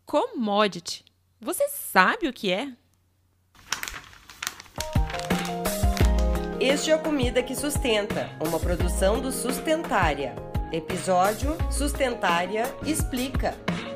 Commodity. Você sabe o que é? Este é a Comida que Sustenta, uma produção do Sustentária. Episódio Sustentária Explica.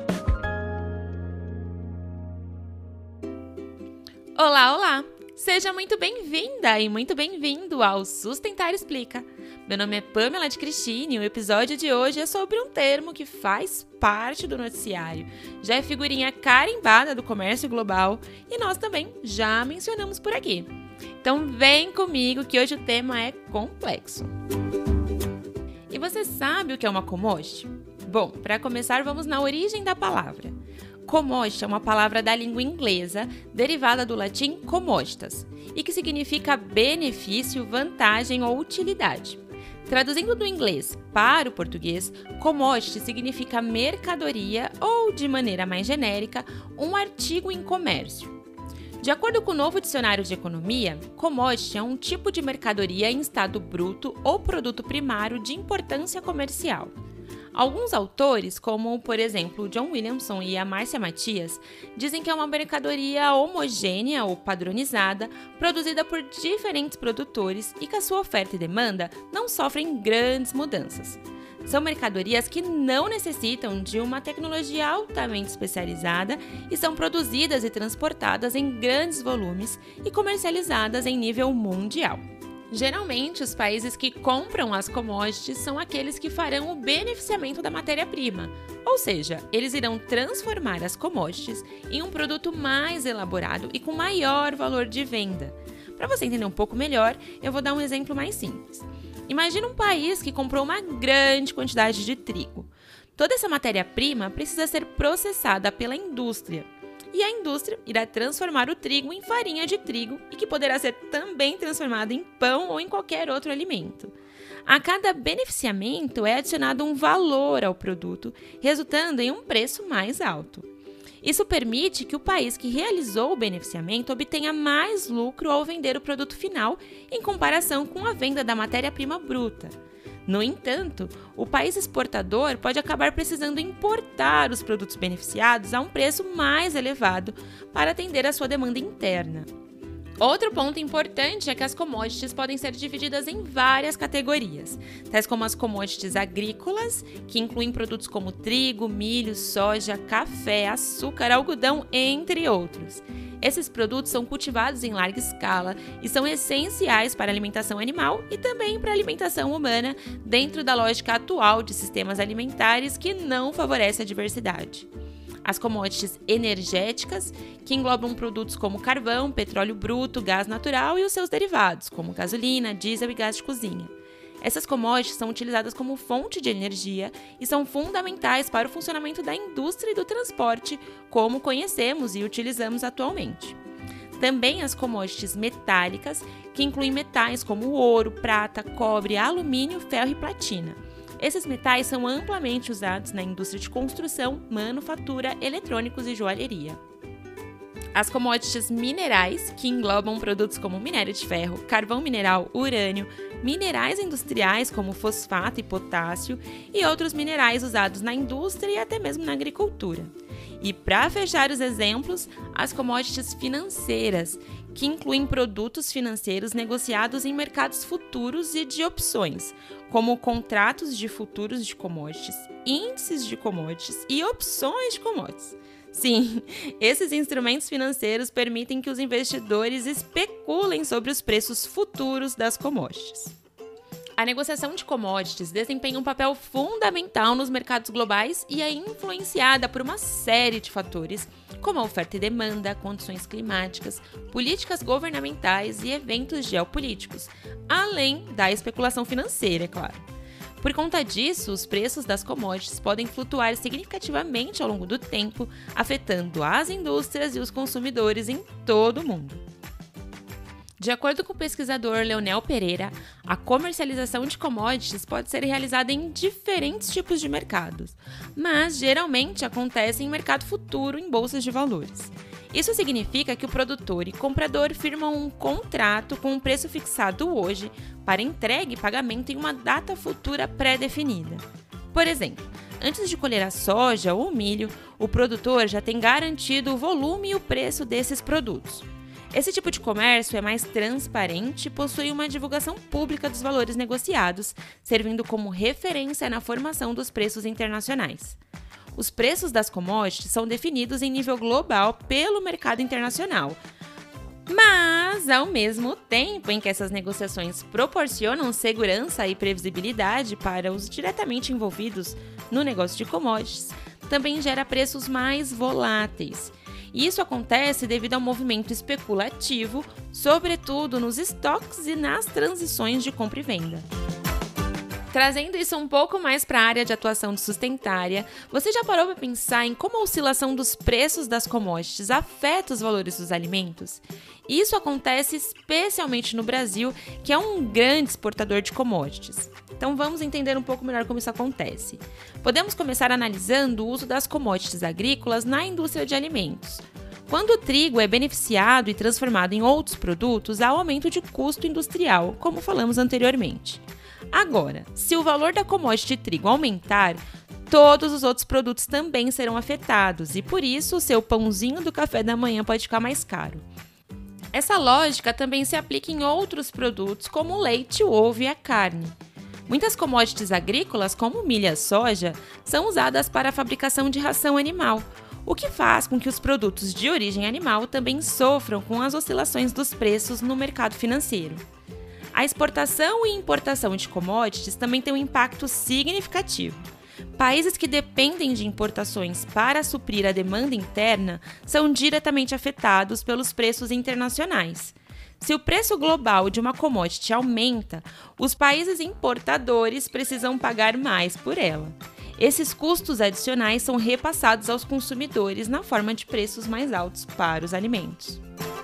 Olá, olá! Seja muito bem-vinda e muito bem-vindo ao Sustentária Explica. Meu nome é Pamela de Cristine e o episódio de hoje é sobre um termo que faz parte do noticiário. Já é figurinha carimbada do comércio global e nós também já mencionamos por aqui. Então vem comigo que hoje o tema é complexo. E você sabe o que é uma commodity? Bom, para começar vamos na origem da palavra. Commodity é uma palavra da língua inglesa, derivada do latim commoditas, e que significa benefício, vantagem ou utilidade. Traduzindo do inglês para o português, commodity significa mercadoria ou, de maneira mais genérica, um artigo em comércio. De acordo com o novo dicionário de economia, commodity é um tipo de mercadoria em estado bruto ou produto primário de importância comercial. Alguns autores, como por exemplo o John Williamson e a Márcia Matias, dizem que é uma mercadoria homogênea ou padronizada, produzida por diferentes produtores e que a sua oferta e demanda não sofrem grandes mudanças. São mercadorias que não necessitam de uma tecnologia altamente especializada e são produzidas e transportadas em grandes volumes e comercializadas em nível mundial. Geralmente, os países que compram as commodities são aqueles que farão o beneficiamento da matéria-prima, ou seja, eles irão transformar as commodities em um produto mais elaborado e com maior valor de venda. Para você entender um pouco melhor, eu vou dar um exemplo mais simples. Imagina um país que comprou uma grande quantidade de trigo. Toda essa matéria-prima precisa ser processada pela indústria. E a indústria irá transformar o trigo em farinha de trigo e que poderá ser também transformada em pão ou em qualquer outro alimento. A cada beneficiamento é adicionado um valor ao produto, resultando em um preço mais alto. Isso permite que o país que realizou o beneficiamento obtenha mais lucro ao vender o produto final em comparação com a venda da matéria-prima bruta. No entanto, o país exportador pode acabar precisando importar os produtos beneficiados a um preço mais elevado para atender à sua demanda interna. Outro ponto importante é que as commodities podem ser divididas em várias categorias, tais como as commodities agrícolas, que incluem produtos como trigo, milho, soja, café, açúcar, algodão, entre outros. Esses produtos são cultivados em larga escala e são essenciais para a alimentação animal e também para a alimentação humana, dentro da lógica atual de sistemas alimentares que não favorece a diversidade. As commodities energéticas, que englobam produtos como carvão, petróleo bruto, gás natural e os seus derivados, como gasolina, diesel e gás de cozinha. Essas commodities são utilizadas como fonte de energia e são fundamentais para o funcionamento da indústria e do transporte, como conhecemos e utilizamos atualmente. Também as commodities metálicas, que incluem metais como ouro, prata, cobre, alumínio, ferro e platina. Esses metais são amplamente usados na indústria de construção, manufatura, eletrônicos e joalheria. As commodities minerais, que englobam produtos como minério de ferro, carvão mineral, urânio, minerais industriais como fosfato e potássio e outros minerais usados na indústria e até mesmo na agricultura. E para fechar os exemplos, as commodities financeiras, que incluem produtos financeiros negociados em mercados futuros e de opções, como contratos de futuros de commodities, índices de commodities e opções de commodities. Sim, esses instrumentos financeiros permitem que os investidores especulem sobre os preços futuros das commodities. A negociação de commodities desempenha um papel fundamental nos mercados globais e é influenciada por uma série de fatores, como a oferta e demanda, condições climáticas, políticas governamentais e eventos geopolíticos, além da especulação financeira, é claro. Por conta disso, os preços das commodities podem flutuar significativamente ao longo do tempo, afetando as indústrias e os consumidores em todo o mundo. De acordo com o pesquisador Leonel Pereira, a comercialização de commodities pode ser realizada em diferentes tipos de mercados, mas geralmente acontece em mercado futuro em bolsas de valores. Isso significa que o produtor e comprador firmam um contrato com um preço fixado hoje para entrega e pagamento em uma data futura pré-definida. Por exemplo, Antes de colher a soja ou o milho, o produtor já tem garantido o volume e o preço desses produtos. Esse tipo de comércio é mais transparente e possui uma divulgação pública dos valores negociados, servindo como referência na formação dos preços internacionais. Os preços das commodities são definidos em nível global pelo mercado internacional. Mas, ao mesmo tempo em que essas negociações proporcionam segurança e previsibilidade para os diretamente envolvidos no negócio de commodities, também gera preços mais voláteis. E isso acontece devido ao movimento especulativo, sobretudo nos estoques e nas transições de compra e venda. Trazendo isso um pouco mais para a área de atuação de Sustentária, você já parou para pensar em como a oscilação dos preços das commodities afeta os valores dos alimentos? Isso acontece especialmente no Brasil, que é um grande exportador de commodities. Então vamos entender um pouco melhor como isso acontece. Podemos começar analisando o uso das commodities agrícolas na indústria de alimentos. Quando o trigo é beneficiado e transformado em outros produtos, há aumento de custo industrial, como falamos anteriormente. Agora, se o valor da commodity trigo aumentar, todos os outros produtos também serão afetados e, por isso, o seu pãozinho do café da manhã pode ficar mais caro. Essa lógica também se aplica em outros produtos, como o leite, o ovo e a carne. Muitas commodities agrícolas, como o milho e a soja, são usadas para a fabricação de ração animal, o que faz com que os produtos de origem animal também sofram com as oscilações dos preços no mercado financeiro. A exportação e importação de commodities também tem um impacto significativo. Países que dependem de importações para suprir a demanda interna são diretamente afetados pelos preços internacionais. Se o preço global de uma commodity aumenta, os países importadores precisam pagar mais por ela. Esses custos adicionais são repassados aos consumidores na forma de preços mais altos para os alimentos.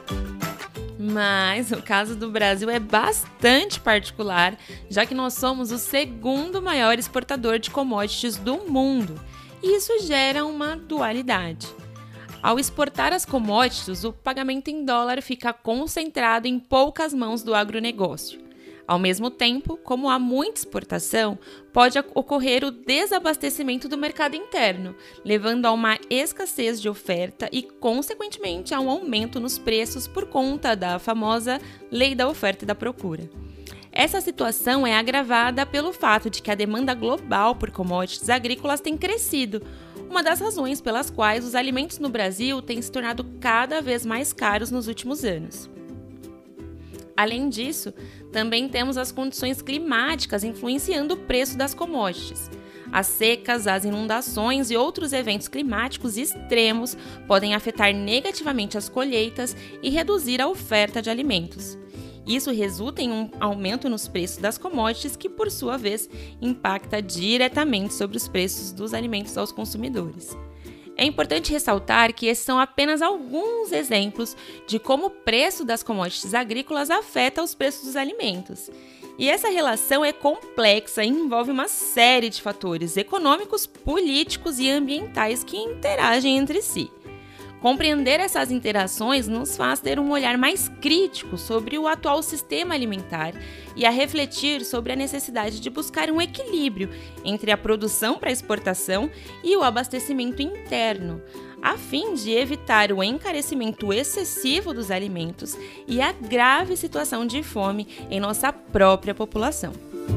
Mas o caso do Brasil é bastante particular, já que nós somos o segundo maior exportador de commodities do mundo, e isso gera uma dualidade. Ao exportar as commodities, o pagamento em dólar fica concentrado em poucas mãos do agronegócio. Ao mesmo tempo, como há muita exportação, pode ocorrer o desabastecimento do mercado interno, levando a uma escassez de oferta e, consequentemente, a um aumento nos preços por conta da famosa lei da oferta e da procura. Essa situação é agravada pelo fato de que a demanda global por commodities agrícolas tem crescido, uma das razões pelas quais os alimentos no Brasil têm se tornado cada vez mais caros nos últimos anos. Além disso, também temos as condições climáticas influenciando o preço das commodities. As secas, as inundações e outros eventos climáticos extremos podem afetar negativamente as colheitas e reduzir a oferta de alimentos. Isso resulta em um aumento nos preços das commodities que, por sua vez, impacta diretamente sobre os preços dos alimentos aos consumidores. É importante ressaltar que esses são apenas alguns exemplos de como o preço das commodities agrícolas afeta os preços dos alimentos. E essa relação é complexa e envolve uma série de fatores econômicos, políticos e ambientais que interagem entre si. Compreender essas interações nos faz ter um olhar mais crítico sobre o atual sistema alimentar e a refletir sobre a necessidade de buscar um equilíbrio entre a produção para exportação e o abastecimento interno, a fim de evitar o encarecimento excessivo dos alimentos e a grave situação de fome em nossa própria população.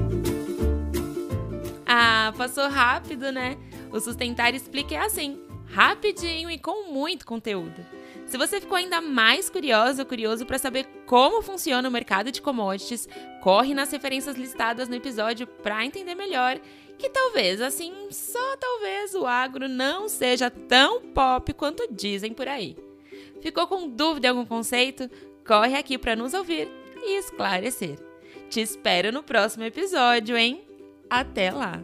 Ah, passou rápido, né? O Sustentar Explica é assim. Rapidinho e com muito conteúdo. Se você ficou ainda mais curioso ou curioso para saber como funciona o mercado de commodities, corre nas referências listadas no episódio para entender melhor que talvez, assim, só talvez o agro não seja tão pop quanto dizem por aí. Ficou com dúvida em algum conceito? Corre aqui para nos ouvir e esclarecer. Te espero no próximo episódio, hein? Até lá!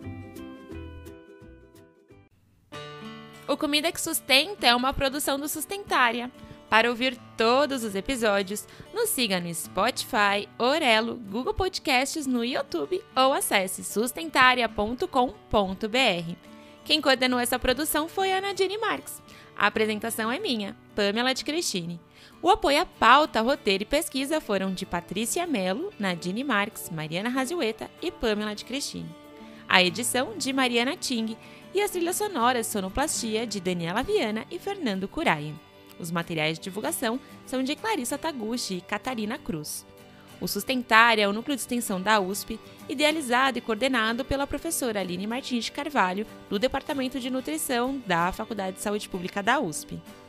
O Comida que Sustenta é uma produção do Sustentária. Para ouvir todos os episódios, nos siga no Spotify, Orelo, Google Podcasts, no YouTube ou acesse sustentaria.com.br. Quem coordenou essa produção foi a Nadine Marques. A apresentação é minha, Pamela de Cristine. O apoio à pauta, roteiro e pesquisa foram de Patrícia Mello, Nadine Marques, Mariana Raziueta e Pamela de Cristine. A edição de Mariana Ting. e as trilhas sonoras sonoplastia de Daniela Viana e Fernando Curai. Os materiais de divulgação são de Clarissa Taguchi e Catarina Cruz. O Sustentária é o núcleo de extensão da USP, idealizado e coordenado pela professora Aline Martins de Carvalho, do Departamento de Nutrição da Faculdade de Saúde Pública da USP.